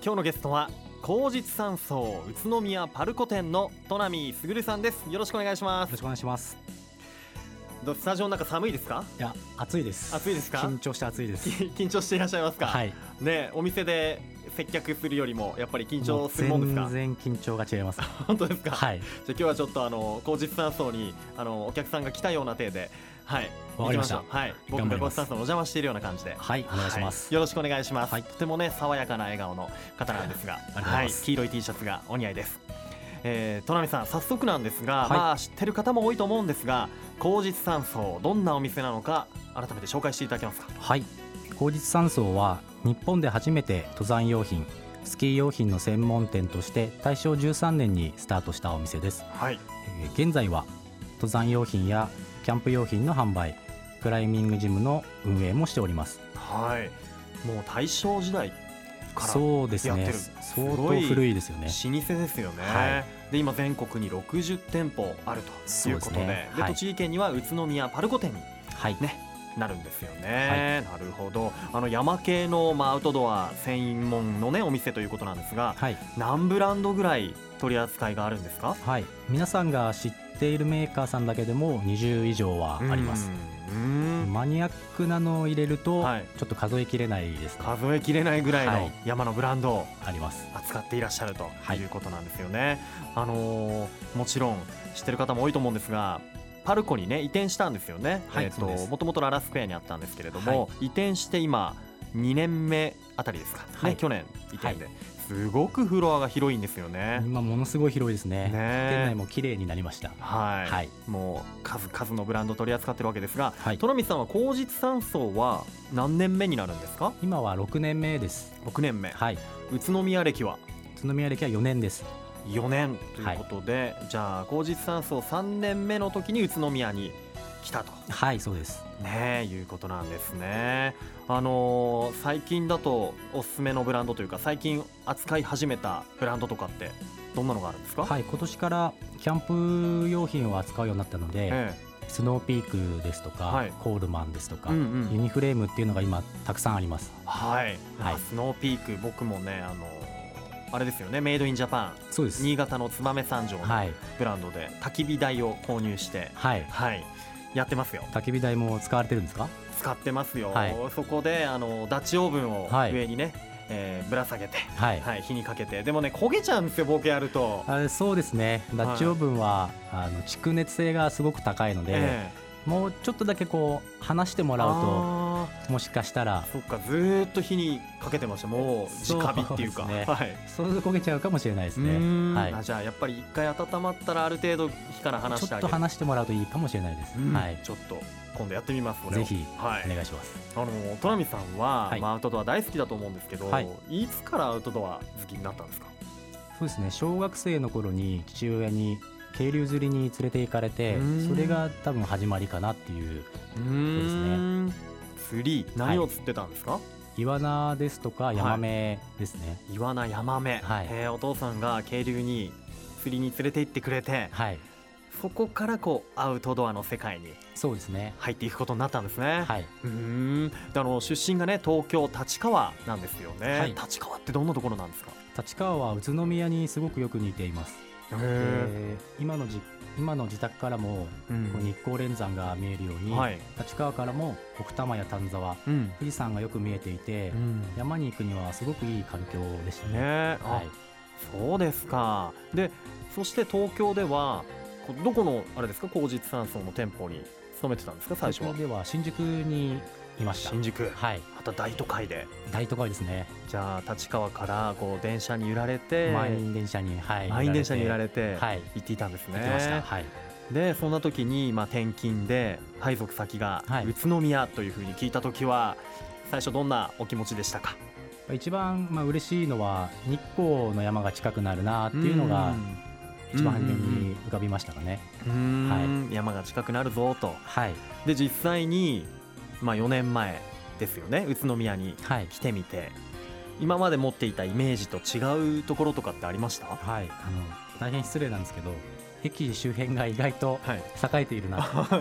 今日のゲストは好日山荘宇都宮パルコ店の戸波卓さんです。よろしくお願いします。 よろしくお願いします。 スタジオの中寒いですか？ いや、暑いです。 暑いですか？ 緊張して暑いです。 緊張していらっしゃいますか？ はい。 ね、お店で接客するよりもやっぱり緊張するもんですか？ 全然緊張が違います。 本当ですか？ はい。 じゃあ今日はちょっと好日山荘にお客さんが来たような体で、はい、 わかりました。 はい、僕が好日山荘のお邪魔しているような感じで、 はい、お願いします。 よろしくお願いします。 はい、 とてもね爽やかな笑顔の方なんですが、はい、黄色い T シャツがお似合いです。戸波さん、早速なんですが、まあ知ってる方も多いと思うんですが、好日山荘どんなお店なのか改めて紹介していただけますか？ はい、好日山荘は日本で初めて登山用品、スキー用品の専門店として大正13年にスタートしたお店です。 はい。 現在は登山用品やキャンプ用品の販売、クライミングジムの運営もしております。 はい。もう大正時代からそうですね、相当古いですよね。 老舗ですよね。はい、で今全国に60店舗あるということで、で栃木県には宇都宮パルコ店に、はいね、なるんですよね。はい、なるほど。山系の、アウトドア専門のねお店ということなんですが、はい、何ブランドぐらい取り扱いがあるんですか？ はい、皆さんが知っているメーカーさんだけでも20以上はあります。マニアックなのを入れると、はい、ちょっと数えきれないですね。 数えきれないぐらいの山のブランドをあります。 扱っていらっしゃるということなんですよね。もちろん知ってる方も多いと思うんですが、パルコにね移転したんですよね。もともとララスクエアにあったんですけれども、はい、移転して今2年目あたりですか、はい、去年移転で、はい、すごくフロアが広いんですよね。 今ものすごい広いですね。店内も綺麗になりました。 はい、はい、もう数々のブランド取り扱ってるわけですが、はい、戸波さんは好日山荘は何年目になるんですか？ 今は6年目です。 6年目、 はい、 宇都宮歴は 4年です。 4年ということで、はい、じゃあ好日山荘3年目の時に宇都宮に来たと。 はい、そうですね、いうことなんですね。最近だとおすすめのブランドというか、最近扱い始めたブランドとかってどんなのがあるんですか？ はい、今年からキャンプ用品を扱うようになったので、スノーピークですとか、はい、コールマンですとか、ユニフレームっていうのが今たくさんあります。 はい、はい、スノーピーク、僕もねあれですよね、メイドインジャパン。 そうです。 新潟の燕三条のブランドで焚き火台を購入して、はい、はい、やってますよ。 焚き火台も使われてるんですか？ 使ってますよ。はい、そこでダッチオーブンを上にね、ぶら下げて、はいはい、火にかけて、でもね焦げちゃうんですよ、僕やると。 そうですね、ダッチオーブンは、蓄熱性がすごく高いので、もうちょっとだけこう離してもらうと、もしかしたら。 そっか、ずっと火にかけてました。もう直火っていうか、 ね、はい、そう焦げちゃうかもしれないですね。はい、 じゃあやっぱり一回温まったらある程度火から離してあげる。 ちょっと離してもらうといいかもしれないです。はい、 ちょっと今度やってみます。 ぜひお願いします。 戸波さんは、アウトドア大好きだと思うんですけど、いつからアウトドア好きになったんですか？ そうですね、小学生の頃に父親に渓流釣りに連れて行かれて、それが多分始まりかなっていうことですね。 釣り、何を釣ってたんですか？ イワナですとかヤマメですね。 イワナ、ヤマメ、はい、お父さんが渓流に釣りに連れて行ってくれて、はい、そこからこうアウトドアの世界に入っていくことになったんですね。はい、出身がね東京立川なんですよね。はい、立川ってどんなところなんですか？ 立川は宇都宮にすごくよく似ています。今の自宅からも、日光連山が見えるように、はい、立川からも奥多摩や丹沢、富士山がよく見えていて、山に行くにはすごくいい環境でしたね。 はい、そうですか。でそして東京ではどこのあれですか、好日山荘の店舗に勤めてたんですか？最初は。 東京では新宿にいました。 新宿、 はい、 また大都会で。 大都会ですね。 じゃあ立川からこう電車に揺られて、 満員電車に、はい、 揺られて行っていたんですね。 行ってました。はい、 でそんな時に、転勤で配属先が宇都宮というふうに聞いた時は、最初どんなお気持ちでしたか？ 一番嬉しいのは日光の山が近くなるなっていうのが一番初めに浮かびましたかね。 はい、山が近くなるぞと。はい、で実際に、4年前ですよね、宇都宮に来てみて、はい、今まで持っていたイメージと違うところとかってありました？ はい、大変失礼なんですけど、駅周辺が意外と栄えているな、はい、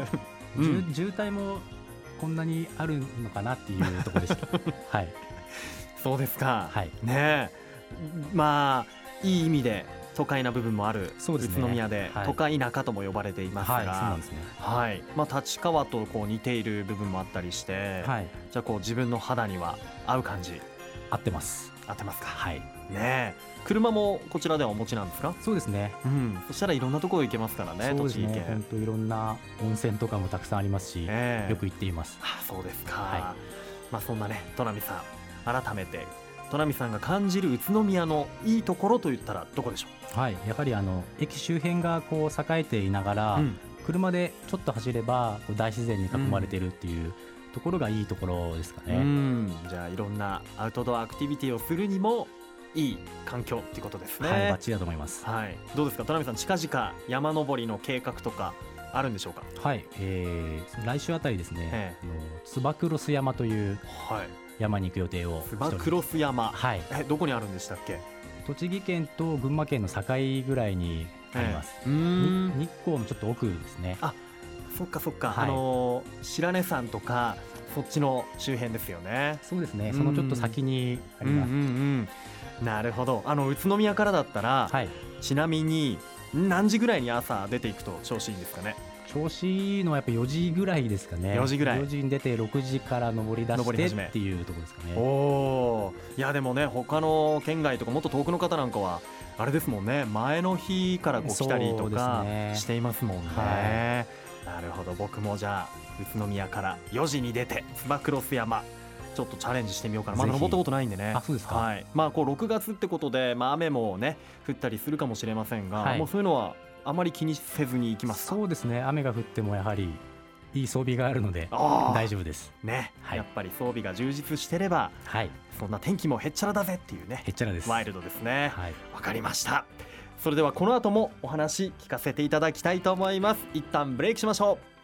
渋滞もこんなにあるのかなっていうところでした。はい、 そうですか。はい、ねえ、 まあいい意味で都会な部分もある宇都宮で、 はい、 都会田舎とも呼ばれていますが、 はい、そうなんですね。 はい、まあ、立川とこう似ている部分もあったりして、はい、じゃあこう自分の肌には合う感じ？ 合ってます。 合ってますか？ はい。 ね、車もこちらではお持ちなんですか？ そうですね、 そしたらいろんなところ行けますからね。 そうですね、 栃木県本当いろんな温泉とかもたくさんありますし、よく行っています。 そうですか、はい、まあ、そんなね砺波さん、改めて砺波さんが感じる宇都宮のいいところといったらどこでしょう？ はい、やはり駅周辺がこう栄えていながら、車でちょっと走れば大自然に囲まれているっていうところがいいところですかね。 じゃあいろんなアウトドアアクティビティをするにもいい環境っていうことですね。 はい、バッチリだと思います。 はい、どうですか砺波さん、近々山登りの計画とかあるんでしょうか？ はい、来週あたりですね、つば九郎山という山に行く予定をしております。つば九郎山、はい、どこにあるんでしたっけ？ 栃木県と群馬県の境ぐらいにあります。日光のちょっと奥ですね。 あ、そっかそっか、はい、白根山とかそっちの周辺ですよね。 そうですね、そのちょっと先にあります。 なるほど。宇都宮からだったら、はい、ちなみに何時ぐらいに朝出ていくと調子いいんですかね？ 調子いいのはやっぱ4時ぐらいですかね。 4時ぐらい、 4時に出て6時から登り出してっていうところですかね。 おー、いやでもね、他の県外とかもっと遠くの方なんかはあれですもんね、前の日からこう来たりとかしていますもんね。はい、なるほど。僕もじゃあ宇都宮から4時に出てつば九郎山ちょっとチャレンジしてみようかな。まだ登ったことないんでね。 あ、そうですか。 はい、まあこう6月ってことで、まあ、雨もね降ったりするかもしれませんが、もうそういうのはあまり気にせずに行きますか？ そうですね、雨が降ってもやはりいい装備があるので大丈夫ですね。 やっぱり装備が充実してれば、そんな天気もへっちゃらだぜっていうね、 へっちゃらです。 ワイルドですね。わかりました。それではこの後もお話聞かせていただきたいと思います。一旦ブレイクしましょう。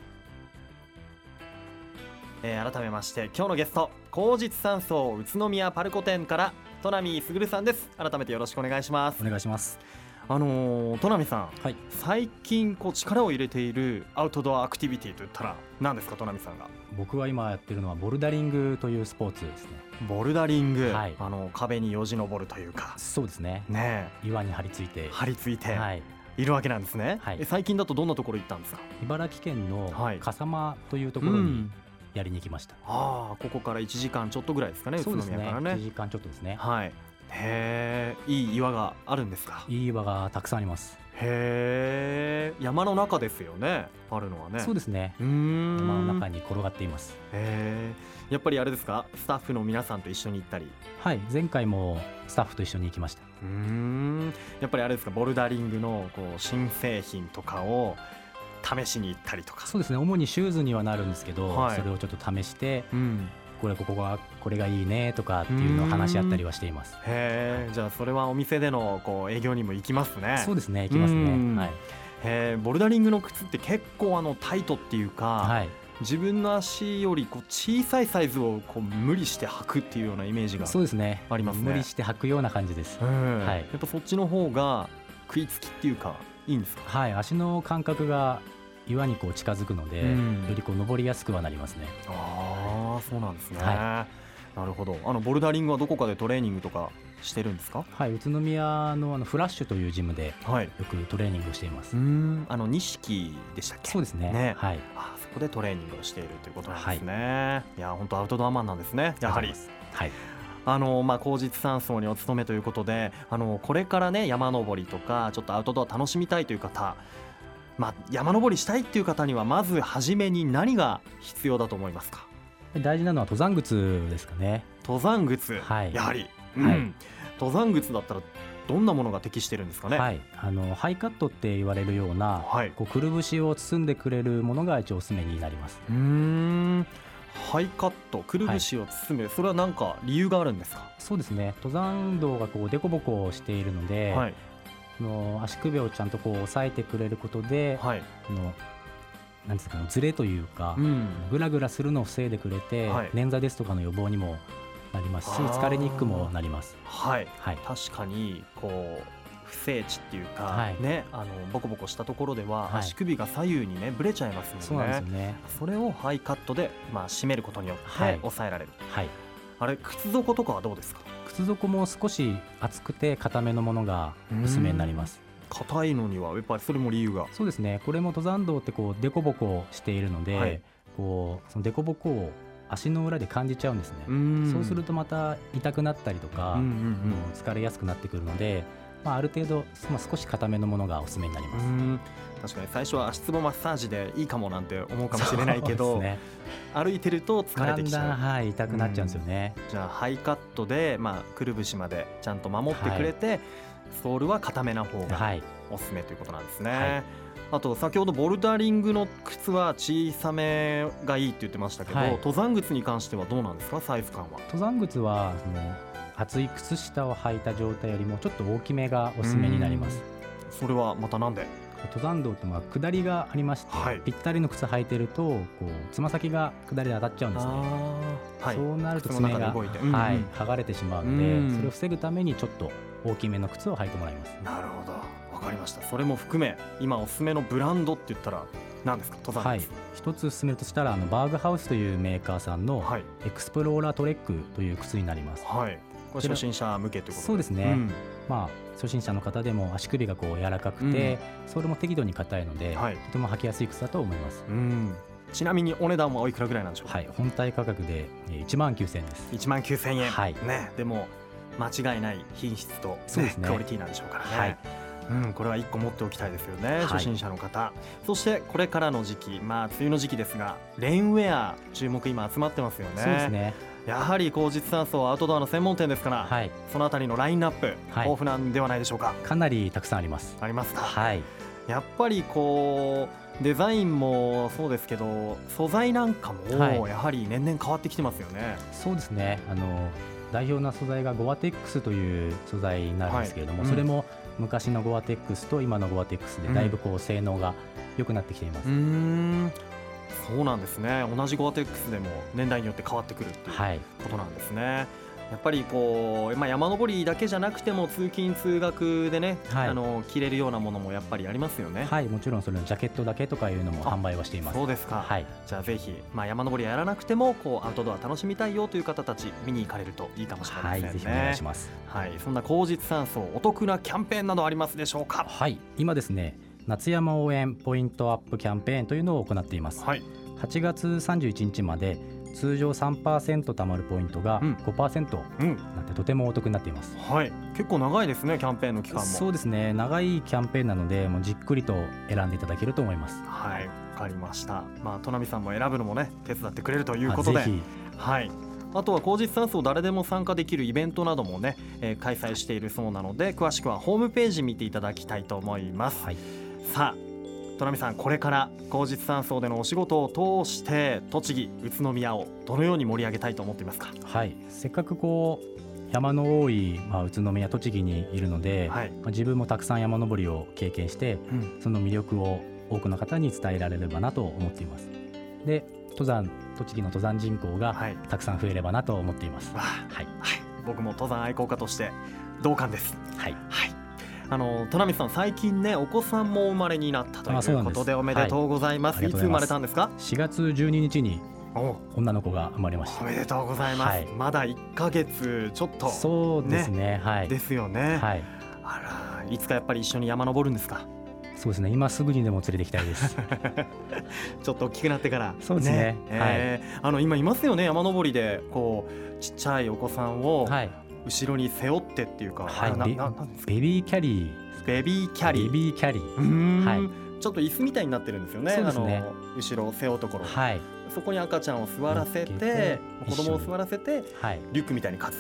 改めまして今日のゲスト、好日山荘宇都宮パルコ店から砺波卓さんです。改めてよろしくお願いします。 お願いします。 砺波さん、最近こう力を入れているアウトドアアクティビティといったら何ですか？砺波さんが。 僕は今やってるのはボルダリングというスポーツですね。 ボルダリング、壁によじ登るというか。 そうですね。岩に張り付いているわけなんですね。最近だとどんなところ行ったんですか？ 茨城県の笠間というところにやりに来ました。 ここから1時間ちょっとぐらいですかね、宇都宮からね。 1時間ちょっとですね。 いい岩があるんですか？ いい岩がたくさんあります。 山の中ですよね、あるのはね。 そうですね、山の中に転がっています。 やっぱりあれですか、スタッフの皆さんと一緒に行ったり？ はい、前回もスタッフと一緒に行きました。 やっぱりあれですか、ボルダリングのこう新製品とかを試しに行ったりとか？ そうですね、主にシューズにはなるんですけど、それをちょっと試して、これがいいねとかっていうのを話し合ったりはしています。 じゃあそれはお店でのこう営業にも行きますね。 そうですね、行きますね。 ボルダリングの靴って結構タイトっていうか、自分の足よりこう小さいサイズをこう無理して履くっていうようなイメージがありますね。 そうですね、無理して履くような感じです。 やっぱそっちの方が食いつきっていうかいいんですか？ はい、足の感覚が岩にこう近づくので、よりこう登りやすくはなりますね。 そうなんですね。なるほど。ボルダリングはどこかでトレーニングとかしてるんですか？ はい、宇都宮のフラッシュというジムでよくトレーニングをしています。 錦でしたっけ？ そうですね。 そこでトレーニングをしているということなんですね。いや本当アウトドアマンなんですね、やはり。好日山荘にお勤めということで、これからね山登りとかちょっとアウトドア楽しみたいという方、山登りしたいっていう方にはまず初めに何が必要だと思いますか？ 大事なのは登山靴ですかね。 登山靴、やはり、登山靴だったらどんなものが適してるんですかね？ ハイカットって言われるような、こうくるぶしを包んでくれるものが一応おすすめになります。 ハイカット、くるぶしを包む、それは何か理由があるんですか？ そうですね、登山道がこうデコボコしているので、足首をちゃんとこう押さえてくれることで、なんですか、ズレというか、グラグラするのを防いでくれて、捻挫ですとかの予防にもなりますし、疲れにくくもなります。 確かにこう不整地っていうか、ボコボコしたところでは足首が左右にねぶれちゃいますもんね。 そうなんですよね。 それをハイカットで締めることによって抑えられる。あれ、靴底とかはどうですか？ 靴底も少し厚くて硬めのものがおすすめになります。 硬いのにはやっぱりそれも理由が。 そうですね、これも登山道ってこうデコボコしているので、はい、こうそのデコボコを足の裏で感じちゃうんですね。そうするとまた痛くなったりとか、疲れやすくなってくるので、ある程度、少し硬めのものがおすすめになります。 確かに最初は足つぼマッサージでいいかもなんて思うかもしれないけど、ね、歩いてると疲れてきちゃう。 だんだん、痛くなっちゃうんですよね。 じゃあハイカットで、くるぶしまでちゃんと守ってくれて、ソールは硬めな方がおすすめということなんですね。あと先ほどボルダリングの靴は小さめがいいって言ってましたけど、登山靴に関してはどうなんですか、サイズ感は。 登山靴は厚い靴下を履いた状態よりもちょっと大きめがおすすめになります。 それはまたなんで？ 登山道って下りがありまして、ぴったりの靴履いてるとこうつま先が下りで当たっちゃうんですね。そうなると爪が剥がれてしまうので、それを防ぐためにちょっと大きめの靴を履いてもらいます。 なるほど、わかりました。それも含め今おすすめのブランドって言ったら何ですか、登山靴。 一つ勧めるとしたらバーグハウスというメーカーさんのエクスプローラートレックという靴になります。 これ初心者向けということで。 そうですね、初心者の方でも足首がこう柔らかくて、それも適度に硬いので、とても履きやすい靴だと思います。 ちなみにお値段はおいくらぐらいなんでしょうか。 本体価格で19,000円です。 19,000円、ね、でも間違いない品質と、クオリティなんでしょうからね。これは1個持っておきたいですよね、初心者の方。そしてこれからの時期、梅雨の時期ですが、レインウェア注目今集まってますよね。 そうですね、 やはり後日山荘アウトドアの専門店ですから、そのあたりのラインナップ、豊富なんではないでしょうか。 かなりたくさんあります。 ありますか。やっぱりこうデザインもそうですけど、素材なんかもやはり年々変わってきてますよね。 そうですね、代表な素材がゴアテックスという素材になるんですけれども、それも昔のゴアテックスと今のゴアテックスでだいぶこう性能が良くなってきています。 そうなんですね。同じゴアテックスでも年代によって変わってくるっていうことなんですね。やっぱりこう、山登りだけじゃなくても通勤通学でね、着れるようなものもやっぱりありますよね。 もちろんそれのジャケットだけとかいうのも販売はしています。 そうですか。じゃあぜひ、山登りはやらなくてもこうアウトドア楽しみたいよという方たち見に行かれるといいかもしれませんね。 ぜひお願いします。 そんな後日山荘お得なキャンペーンなどありますでしょうか。 今ですね、夏山応援ポイントアップキャンペーンというのを行っています。8月31日まで通常 3% 貯まるポイントが 5% なってとてもお得になっています。結構長いですね、キャンペーンの期間も。そうですね、長いキャンペーンなのでもうじっくりと選んでいただけると思います。 わかりました。戸波さんも選ぶのもね手伝ってくれるということで、あとは後日山荘誰でも参加できるイベントなどもね、開催しているそうなので、詳しくはホームページ見ていただきたいと思います。さあ戸波さん、これから後日山荘でのお仕事を通して栃木、宇都宮をどのように盛り上げたいと思っていますか。 せっかくこう山の多い、宇都宮、栃木にいるので、自分もたくさん山登りを経験して、その魅力を多くの方に伝えられればなと思っています。で、栃木の登山人口がたくさん増えればなと思っています。 僕も登山愛好家として同感です。戸波さん、最近ねお子さんも生まれになったということでおめでとうございます。いつ生まれたんですか。 4月12日に女の子が生まれました。 おめでとうございます。まだ1ヶ月ちょっと。 そうですね、 ですよね。いつかやっぱり一緒に山登るんですか。 そうですね、今すぐにでも連れて行きたいですちょっと大きくなってから。 そうですね、 今いますよね、山登りでこうちっちゃいお子さんを後ろに背負ってっていうか、 ベビーキャリー、 ちょっと椅子みたいになってるんですよね。後ろ背負うところ、そこに赤ちゃんを座らせて、子供を座らせて、リュックみたいに担ぐって。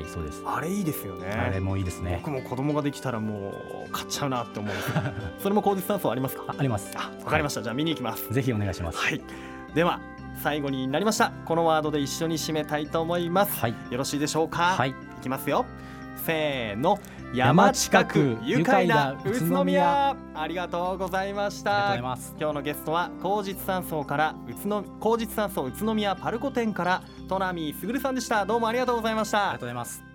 そうです。 あれいいですよね。 あれもいいですね。 僕も子供ができたらもう買っちゃうなって思うんですけどそれも後日山荘ありますか。 あります。 わかりました。じゃあ見に行きます。 ぜひお願いします。 では最後になりました。このワードで一緒に締めたいと思います。よろしいでしょうか。いきますよ。せーの。山近く愉快な宇都宮。ありがとうございました。今日のゲストは後日山荘宇都宮パルコ店から戸波卓さんでした。どうもありがとうございました。 ありがとうございます。